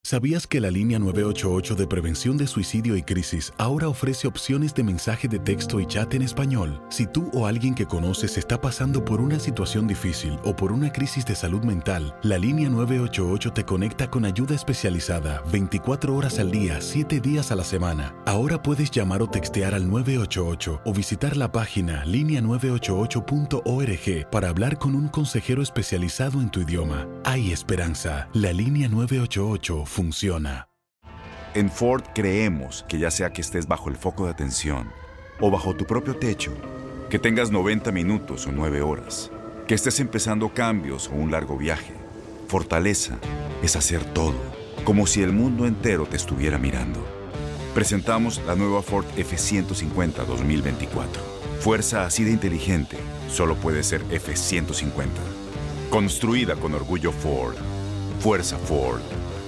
¿Sabías que la línea 988 de prevención de suicidio y crisis ahora ofrece opciones de mensaje de texto y chat en español? Si tú o alguien que conoces está pasando por una situación difícil o por una crisis de salud mental, la línea 988 te conecta con ayuda especializada 24 horas al día, 7 días a la semana. Ahora puedes llamar o textear al 988 o visitar la página linea988.org para hablar con un consejero especializado en tu idioma. Hay esperanza. La línea 988 funciona. En Ford creemos que ya sea que estés bajo el foco de atención o bajo tu propio techo, que tengas 90 minutos o 9 horas, que estés empezando cambios o un largo viaje, fortaleza es hacer todo, como si el mundo entero te estuviera mirando. Presentamos la nueva Ford F-150 2024. Fuerza así de inteligente solo puede ser F-150. Construida con orgullo Ford. Fuerza Ford.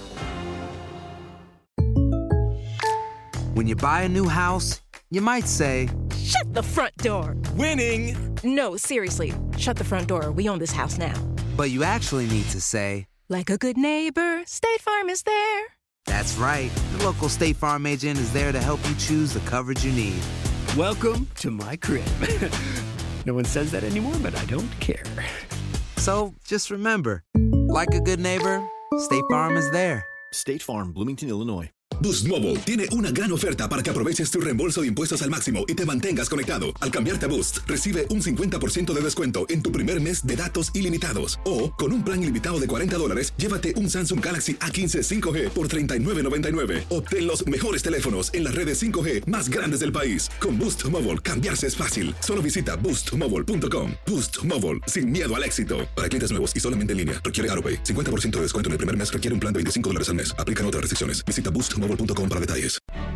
When you buy a new house, you might say, "Shut the front door." Winning! No, seriously. Shut the front door. We own this house now. but you actually need to say, like a good neighbor, State Farm is there. That's right. The local State Farm agent is there to help you choose the coverage you need. Welcome to my crib. No one says that anymore, but I don't care. So just remember, like a good neighbor, State Farm is there. State Farm, Bloomington, Illinois. Boost Mobile tiene una gran oferta para que aproveches tu reembolso de impuestos al máximo y te mantengas conectado. Al cambiarte a Boost, recibe un 50% de descuento en tu primer mes de datos ilimitados. O, con un plan ilimitado de $40, llévate un Samsung Galaxy A15 5G por $39.99. Obtén los mejores teléfonos en las redes 5G más grandes del país. Con Boost Mobile, cambiarse es fácil. Solo visita boostmobile.com. Boost Mobile, sin miedo al éxito. Para clientes nuevos y solamente en línea, requiere AutoPay. 50% de descuento en el primer mes requiere un plan de $25 al mes. Aplican otras restricciones. Visita boostmobile.com para detalles.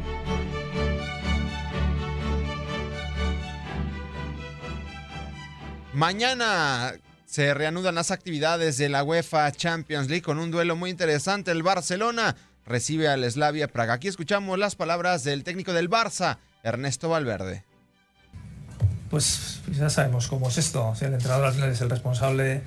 Mañana se reanudan las actividades de la UEFA Champions League con un duelo muy interesante. El Barcelona recibe al Slavia Praga. Aquí escuchamos las palabras del técnico del Barça, Ernesto Valverde. Pues ya sabemos cómo es esto. O sea, el entrenador al final es el responsable.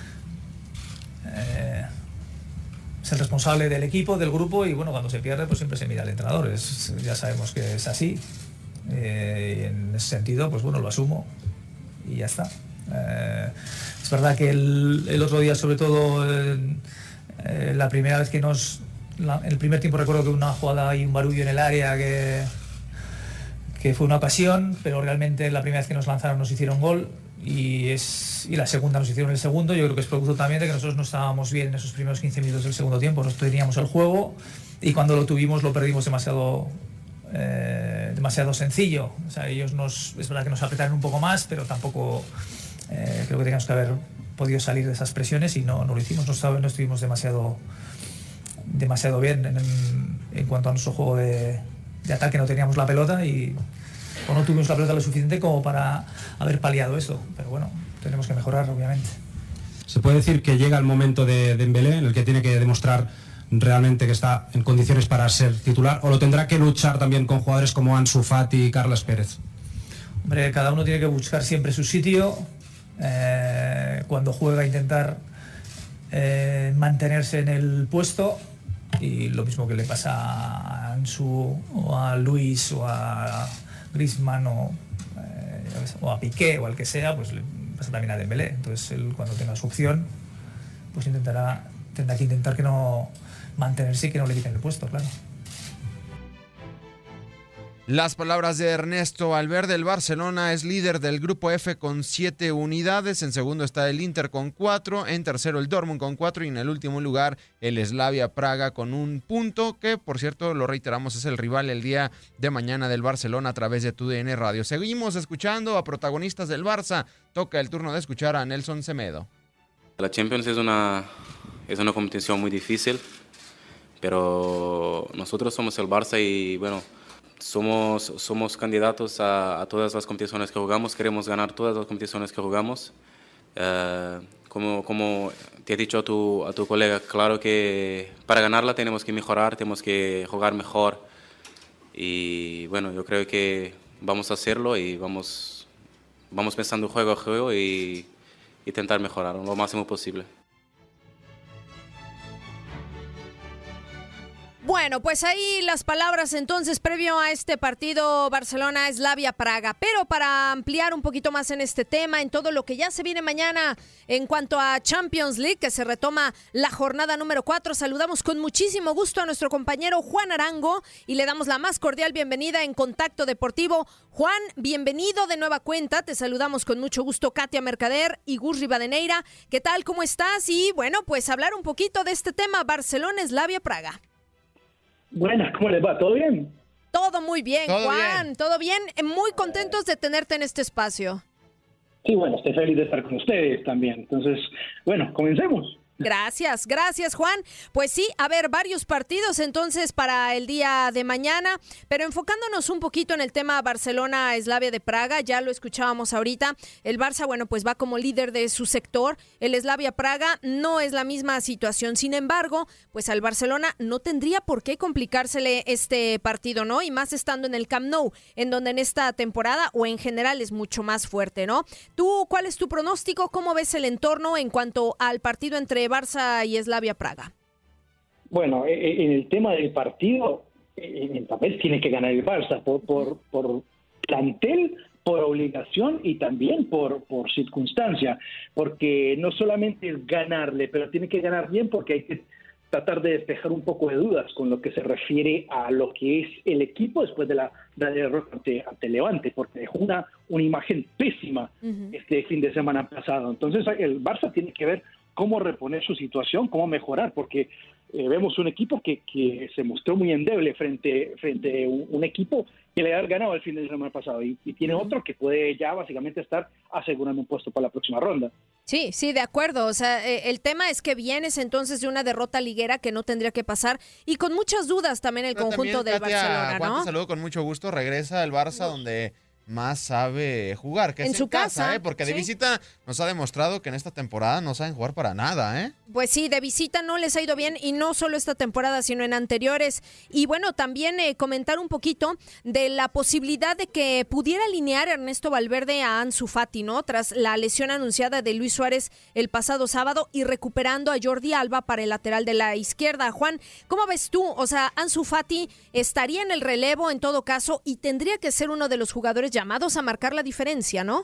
Es el responsable del equipo, del grupo, y bueno, cuando se pierde pues siempre se mira al entrenador. Ya sabemos que es así. Y en ese sentido, pues bueno, lo asumo y ya está. Es verdad que el otro día, sobre todo la primera vez que el primer tiempo, recuerdo que una jugada y un barullo en el área que fue una ocasión, pero realmente la primera vez que nos lanzaron nos hicieron gol. Y la segunda nos hicieron el segundo. Yo creo que es producto también de que nosotros no estábamos bien en esos primeros 15 minutos del segundo tiempo. Nosotros teníamos el juego y cuando lo tuvimos lo perdimos demasiado sencillo. O sea, ellos es verdad que nos apretaron un poco más, pero tampoco creo que teníamos que haber podido salir de esas presiones y no lo hicimos. No estuvimos demasiado bien en cuanto a nuestro juego de ataque. No teníamos la pelota o no tuvimos la pelota lo suficiente como para haber paliado eso, pero bueno, tenemos que mejorar, obviamente. ¿Se puede decir que llega el momento de Dembélé en el que tiene que demostrar realmente que está en condiciones para ser titular, o lo tendrá que luchar también con jugadores como Ansu Fati y Carles Pérez? Hombre, cada uno tiene que buscar siempre su sitio, cuando juega intentar mantenerse en el puesto, y lo mismo que le pasa a Ansu o a Luis o a Griezmann o a Piqué o al que sea, pues le pasa también a Dembélé. Entonces él, cuando tenga su opción, pues tendrá que intentar que no mantenerse y que no le quiten el puesto, claro. Las palabras de Ernesto Valverde. El Barcelona es líder del grupo F con 7 unidades. En segundo está el Inter con 4. En tercero el Dortmund con 4. Y en el último lugar el Slavia Praga con 1 punto. Que, por cierto, lo reiteramos, es el rival el día de mañana del Barcelona a través de TUDN Radio. Seguimos escuchando a protagonistas del Barça. Toca el turno de escuchar a Nelson Semedo. La Champions es una competición muy difícil. Pero nosotros somos el Barça y, bueno, somos candidatos a todas las competiciones que jugamos, queremos ganar todas las competiciones que jugamos. Como te he dicho a tu colega, claro que para ganarla tenemos que mejorar, tenemos que jugar mejor. Y bueno, yo creo que vamos a hacerlo y vamos pensando juego a juego y intentar mejorar lo máximo posible. Bueno, pues ahí las palabras entonces previo a este partido Barcelona-Slavia-Praga. Pero para ampliar un poquito más en este tema, en todo lo que ya se viene mañana en cuanto a Champions League, que se retoma la jornada número 4, saludamos con muchísimo gusto a nuestro compañero Juan Arango y le damos la más cordial bienvenida en Contacto Deportivo. Juan, bienvenido de nueva cuenta, te saludamos con mucho gusto Katia Mercader y Gus Rivadeneira. ¿Qué tal? ¿Cómo estás? Y bueno, pues hablar un poquito de este tema Barcelona-Slavia-Praga. Buenas, ¿cómo les va? ¿Todo bien? Todo muy bien, ¿Todo Juan, bien? todo bien. Muy contentos de tenerte en este espacio. Sí, bueno, estoy feliz de estar con ustedes también. Entonces, bueno, comencemos. Gracias, Juan. Pues sí, a ver, varios partidos entonces para el día de mañana, pero enfocándonos un poquito en el tema Barcelona-Slavia de Praga, ya lo escuchábamos ahorita, el Barça, bueno, pues va como líder de su sector, el Slavia-Praga no es la misma situación, sin embargo, pues al Barcelona no tendría por qué complicársele este partido, ¿no? Y más estando en el Camp Nou, en donde en esta temporada o en general es mucho más fuerte, ¿no? ¿Tú cuál es tu pronóstico? ¿Cómo ves el entorno en cuanto al partido entre Barça y Slavia Praga? Bueno, en el tema del partido, en el papel tiene que ganar el Barça por plantel, por obligación y también por circunstancia, porque no solamente es ganarle, pero tiene que ganar bien porque hay que tratar de despejar un poco de dudas con lo que se refiere a lo que es el equipo después de la derrota ante Levante, porque dejó una imagen pésima este fin de semana pasado. Entonces el Barça tiene que ver cómo reponer su situación, cómo mejorar, porque vemos un equipo que se mostró muy endeble frente a un equipo que le ha ganado el fin de semana pasado y tiene otro que puede ya básicamente estar asegurando un puesto para la próxima ronda. Sí, de acuerdo. O sea, el tema es que vienes entonces de una derrota liguera que no tendría que pasar y con muchas dudas también el conjunto del Barcelona, Juan, ¿no? te saludo con mucho gusto. Regresa el Barça donde más sabe jugar, que es en su casa, porque de sí. visita nos ha demostrado que en esta temporada no saben jugar para nada, ¿eh? Pues sí, de visita no les ha ido bien y no solo esta temporada, sino en anteriores. Y bueno, también comentar un poquito de la posibilidad de que pudiera alinear Ernesto Valverde a Ansu Fati, ¿no? Tras la lesión anunciada de Luis Suárez el pasado sábado y recuperando a Jordi Alba para el lateral de la izquierda. Juan, ¿cómo ves tú? O sea, Ansu Fati estaría en el relevo en todo caso y tendría que ser uno de los jugadores llamados a marcar la diferencia, ¿no?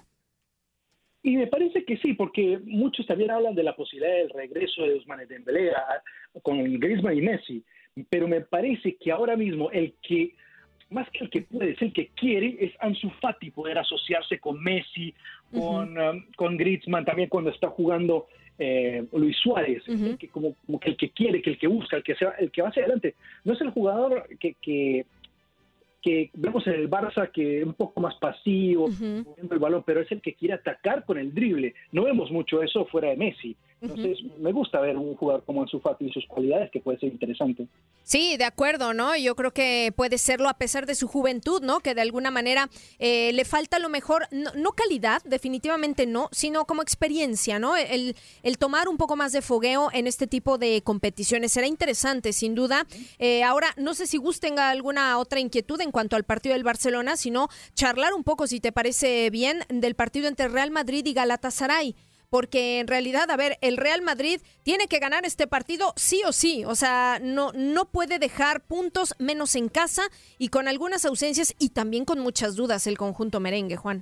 Y me parece que sí, porque muchos también hablan de la posibilidad del regreso de Ousmane Dembélé con Griezmann y Messi, pero me parece que ahora mismo más que el que puede, es el que quiere, es Ansu Fati poder asociarse con Messi, con Griezmann, también cuando está jugando Luis Suárez, como que el que quiere, que el que busca, el que va hacia adelante. No es el jugador que vemos en el Barça que es un poco más pasivo, moviendo el balón, pero es el que quiere atacar con el drible. No vemos mucho eso fuera de Messi. Entonces, me gusta ver un jugador como Ansu Fati y sus cualidades, que puede ser interesante. Sí, de acuerdo, ¿no? Yo creo que puede serlo a pesar de su juventud, ¿no? Que de alguna manera le falta a lo mejor, no calidad, definitivamente no, sino como experiencia, ¿no? El tomar un poco más de fogueo en este tipo de competiciones. Será interesante, sin duda. Ahora, no sé si Gus tenga alguna otra inquietud en cuanto al partido del Barcelona, sino charlar un poco, si te parece bien, del partido entre Real Madrid y Galatasaray. Porque en realidad, a ver, el Real Madrid tiene que ganar este partido sí o sí, o sea, no puede dejar puntos menos en casa y con algunas ausencias y también con muchas dudas el conjunto merengue, Juan.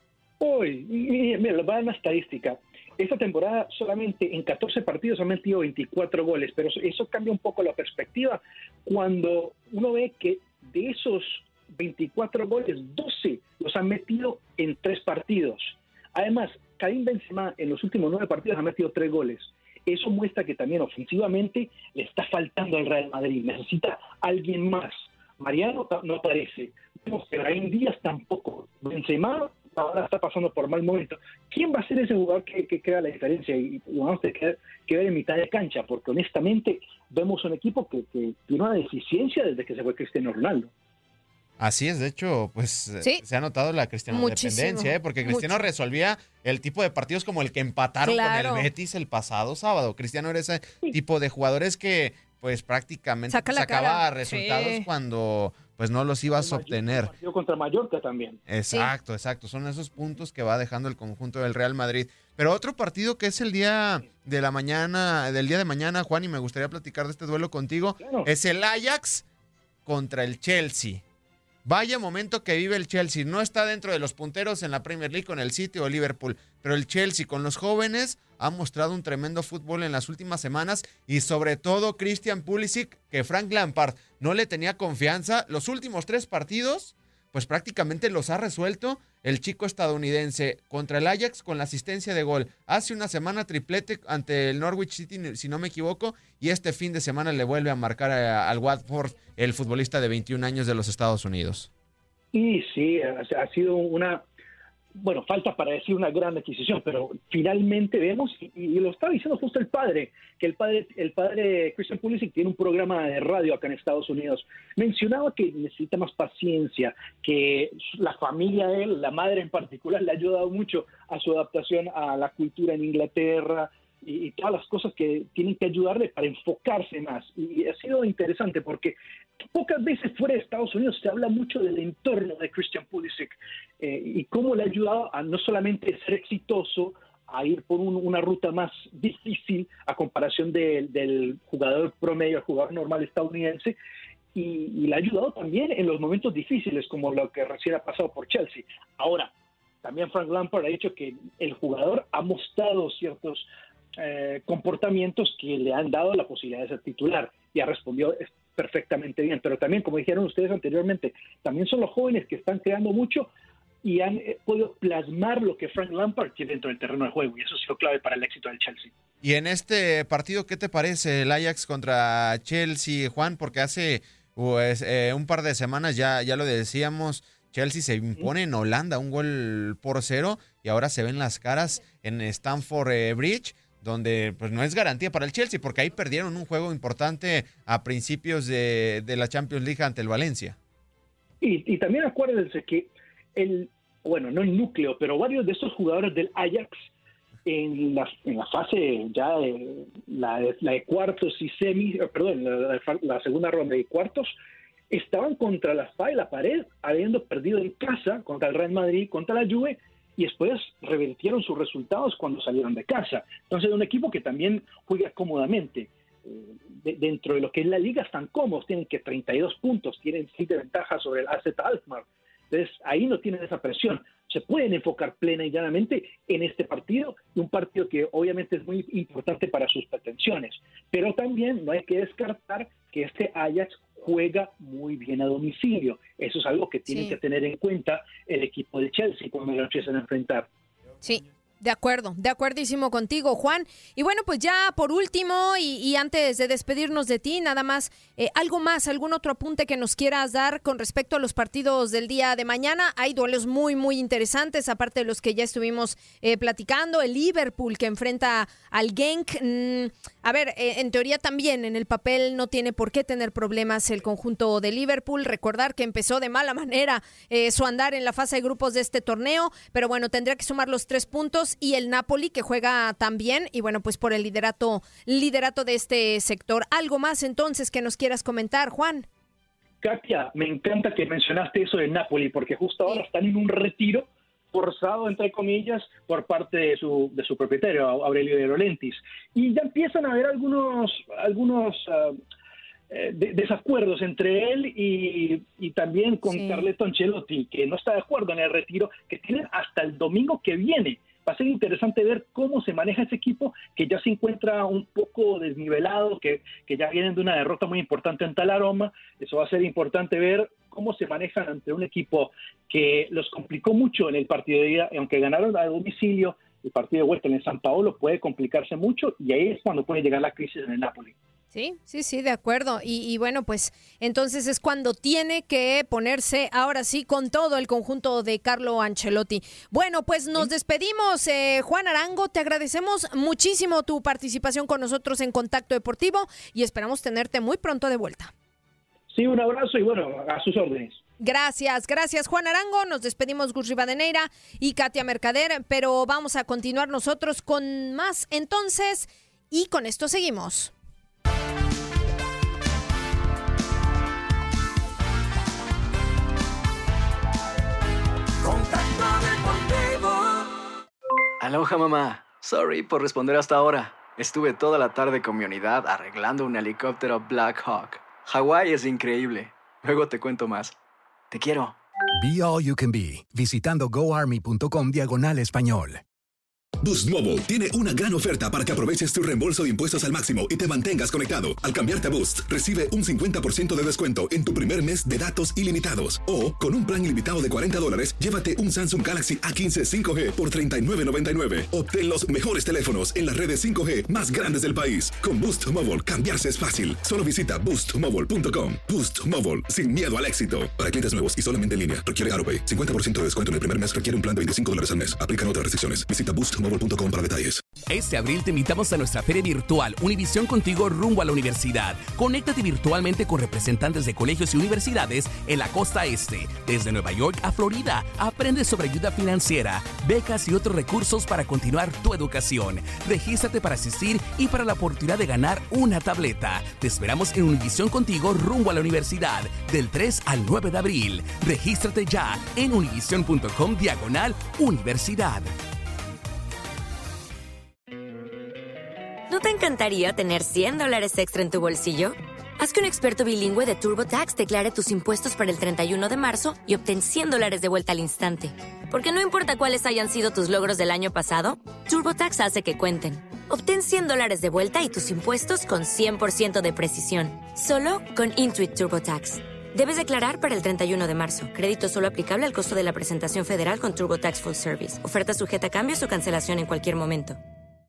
Mira, les voy a dar una estadística. Esta temporada solamente en 14 partidos han metido 24 goles, pero eso cambia un poco la perspectiva cuando uno ve que de esos 24 goles, 12 los han metido en 3 partidos. Además, Karim Benzema en los últimos 9 partidos ha metido 3 goles. Eso muestra que también ofensivamente le está faltando al Real Madrid. Necesita alguien más. Mariano no aparece. Brahim Díaz tampoco. Benzema ahora está pasando por mal momento. ¿Quién va a ser ese jugador que crea la diferencia? Y vamos a tener que ver en mitad de cancha, porque honestamente vemos un equipo que tiene una deficiencia desde que se fue Cristiano Ronaldo. Así es, de hecho, pues ¿sí? Se ha notado la Cristiano dependencia, porque Cristiano resolvía el tipo de partidos como el que empataron con el Betis el pasado sábado. Cristiano era ese tipo de jugadores que pues prácticamente sacaba resultados cuando pues no los ibas a obtener. El partido contra Mallorca también. Exacto, exacto. Son esos puntos que va dejando el conjunto del Real Madrid. Pero otro partido que es el día de mañana, Juan, y me gustaría platicar de este duelo contigo, es el Ajax contra el Chelsea. Vaya momento que vive el Chelsea. No está dentro de los punteros en la Premier League con el City o Liverpool, pero el Chelsea con los jóvenes ha mostrado un tremendo fútbol en las últimas semanas y sobre todo Christian Pulisic, que Frank Lampard no le tenía confianza. Los últimos 3 partidos, pues prácticamente los ha resuelto el chico estadounidense contra el Ajax con la asistencia de gol. Hace una semana triplete ante el Norwich City, si no me equivoco, y este fin de semana le vuelve a marcar al Watford el futbolista de 21 años de los Estados Unidos. Y sí, ha sido falta para decir una gran adquisición, pero finalmente vemos, y lo estaba diciendo justo el padre Christian Pulisic tiene un programa de radio acá en Estados Unidos. Mencionaba que necesita más paciencia, que la familia de él, la madre en particular, le ha ayudado mucho a su adaptación a la cultura en Inglaterra y todas las cosas que tienen que ayudarle para enfocarse más. Y ha sido interesante porque pocas veces fuera de Estados Unidos se habla mucho del entorno de Christian Pulisic y cómo le ha ayudado a no solamente ser exitoso, a ir por una ruta más difícil a comparación del jugador promedio, el jugador normal estadounidense, y le ha ayudado también en los momentos difíciles, como lo que recién ha pasado por Chelsea. Ahora, también Frank Lampard ha dicho que el jugador ha mostrado ciertos comportamientos que le han dado la posibilidad de ser titular y ha respondido perfectamente bien, pero también, como dijeron ustedes anteriormente, también son los jóvenes que están creando mucho y han podido plasmar lo que Frank Lampard tiene dentro del terreno de juego, y eso ha sido clave para el éxito del Chelsea. Y en este partido, ¿qué te parece el Ajax contra Chelsea, Juan? Porque hace un par de semanas, ya lo decíamos, Chelsea se impone en Holanda 1-0 y ahora se ven las caras en Stamford Bridge, donde pues no es garantía para el Chelsea, porque ahí perdieron un juego importante a principios de la Champions League ante el Valencia. Y también acuérdense que no el núcleo, pero varios de estos jugadores del Ajax en la fase ya la de cuartos y la segunda ronda de cuartos, estaban contra la espada y la pared, habiendo perdido en casa contra el Real Madrid, contra la Juve, y después revertieron sus resultados cuando salieron de casa. Entonces, un equipo que también juega cómodamente. Dentro de lo que es la liga están cómodos, tienen que 32 puntos, tienen 7 ventajas sobre el AZ Alkmaar. Entonces, ahí no tienen esa presión. Se pueden enfocar plena y llanamente en este partido, un partido que obviamente es muy importante para sus pretensiones. Pero también no hay que descartar que este Ajax juega muy bien a domicilio. Eso es algo que tienen que tener en cuenta el equipo de Chelsea cuando lo empiezan a enfrentar. Sí. De acuerdísimo contigo, Juan. Y bueno, pues ya por último, y antes de despedirnos de ti, nada más, algún otro apunte que nos quieras dar con respecto a los partidos del día de mañana. Hay duelos muy, muy interesantes, aparte de los que ya estuvimos platicando. El Liverpool que enfrenta al Genk. En teoría también en el papel no tiene por qué tener problemas el conjunto de Liverpool. Recordar que empezó de mala manera su andar en la fase de grupos de este torneo, pero bueno, tendría que sumar los 3 puntos. Y el Napoli que juega también, y bueno, pues por el liderato de este sector. ¿Algo más entonces que nos quieras comentar, Juan? Katia, me encanta que mencionaste eso del Napoli, porque justo ahora están en un retiro forzado, entre comillas, por parte de su propietario, Aurelio De Laurentiis. Y ya empiezan a haber algunos desacuerdos entre él y también con Carleto Ancelotti, que no está de acuerdo en el retiro, que tienen hasta el domingo que viene. Va a ser interesante ver cómo se maneja ese equipo que ya se encuentra un poco desnivelado, que ya vienen de una derrota muy importante ante la Roma. Eso va a ser importante ver cómo se manejan ante un equipo que los complicó mucho en el partido de ida, aunque ganaron a domicilio. El partido de vuelta en el San Paolo puede complicarse mucho y ahí es cuando puede llegar la crisis en el Napoli. Sí, de acuerdo. Y bueno, pues entonces es cuando tiene que ponerse ahora sí con todo el conjunto de Carlo Ancelotti. Bueno, pues nos despedimos. Juan Arango, te agradecemos muchísimo tu participación con nosotros en Contacto Deportivo y esperamos tenerte muy pronto de vuelta. Sí, un abrazo y bueno, a sus órdenes. Gracias Juan Arango, nos despedimos Gus Rivadeneira y Katia Mercader, pero vamos a continuar nosotros con más entonces y con esto seguimos. Aloha, mamá. Sorry por responder hasta ahora. Estuve toda la tarde con mi unidad arreglando un helicóptero Black Hawk. Hawái es increíble. Luego te cuento más. Te quiero. Be All You Can Be, visitando goarmy.com/español. Boost Mobile tiene una gran oferta para que aproveches tu reembolso de impuestos al máximo y te mantengas conectado. Al cambiarte a Boost, recibe un 50% de descuento en tu primer mes de datos ilimitados. O, con un plan ilimitado de $40, llévate un Samsung Galaxy A15 5G por $39.99. Obtén los mejores teléfonos en las redes 5G más grandes del país. Con Boost Mobile, cambiarse es fácil. Solo visita boostmobile.com. Boost Mobile, sin miedo al éxito. Para clientes nuevos y solamente en línea, requiere AroPay. 50% de descuento en el primer mes requiere un plan de $25 al mes. Aplican otras restricciones. Visita boostmobile.com para detalles. Este abril te invitamos a nuestra feria virtual Univisión Contigo rumbo a la universidad. Conéctate virtualmente con representantes de colegios y universidades en la costa este. Desde Nueva York a Florida, aprende sobre ayuda financiera, becas y otros recursos para continuar tu educación. Regístrate para asistir y para la oportunidad de ganar una tableta. Te esperamos en Univisión Contigo rumbo a la universidad del 3 al 9 de abril. Regístrate ya en univision.com/universidad. ¿No te encantaría tener $100 extra en tu bolsillo? Haz que un experto bilingüe de TurboTax declare tus impuestos para el 31 de marzo y obtén $100 de vuelta al instante. Porque no importa cuáles hayan sido tus logros del año pasado, TurboTax hace que cuenten. Obtén $100 de vuelta y tus impuestos con 100% de precisión. Solo con Intuit TurboTax. Debes declarar para el 31 de marzo. Crédito solo aplicable al costo de la presentación federal con TurboTax Full Service. Oferta sujeta a cambios o cancelación en cualquier momento.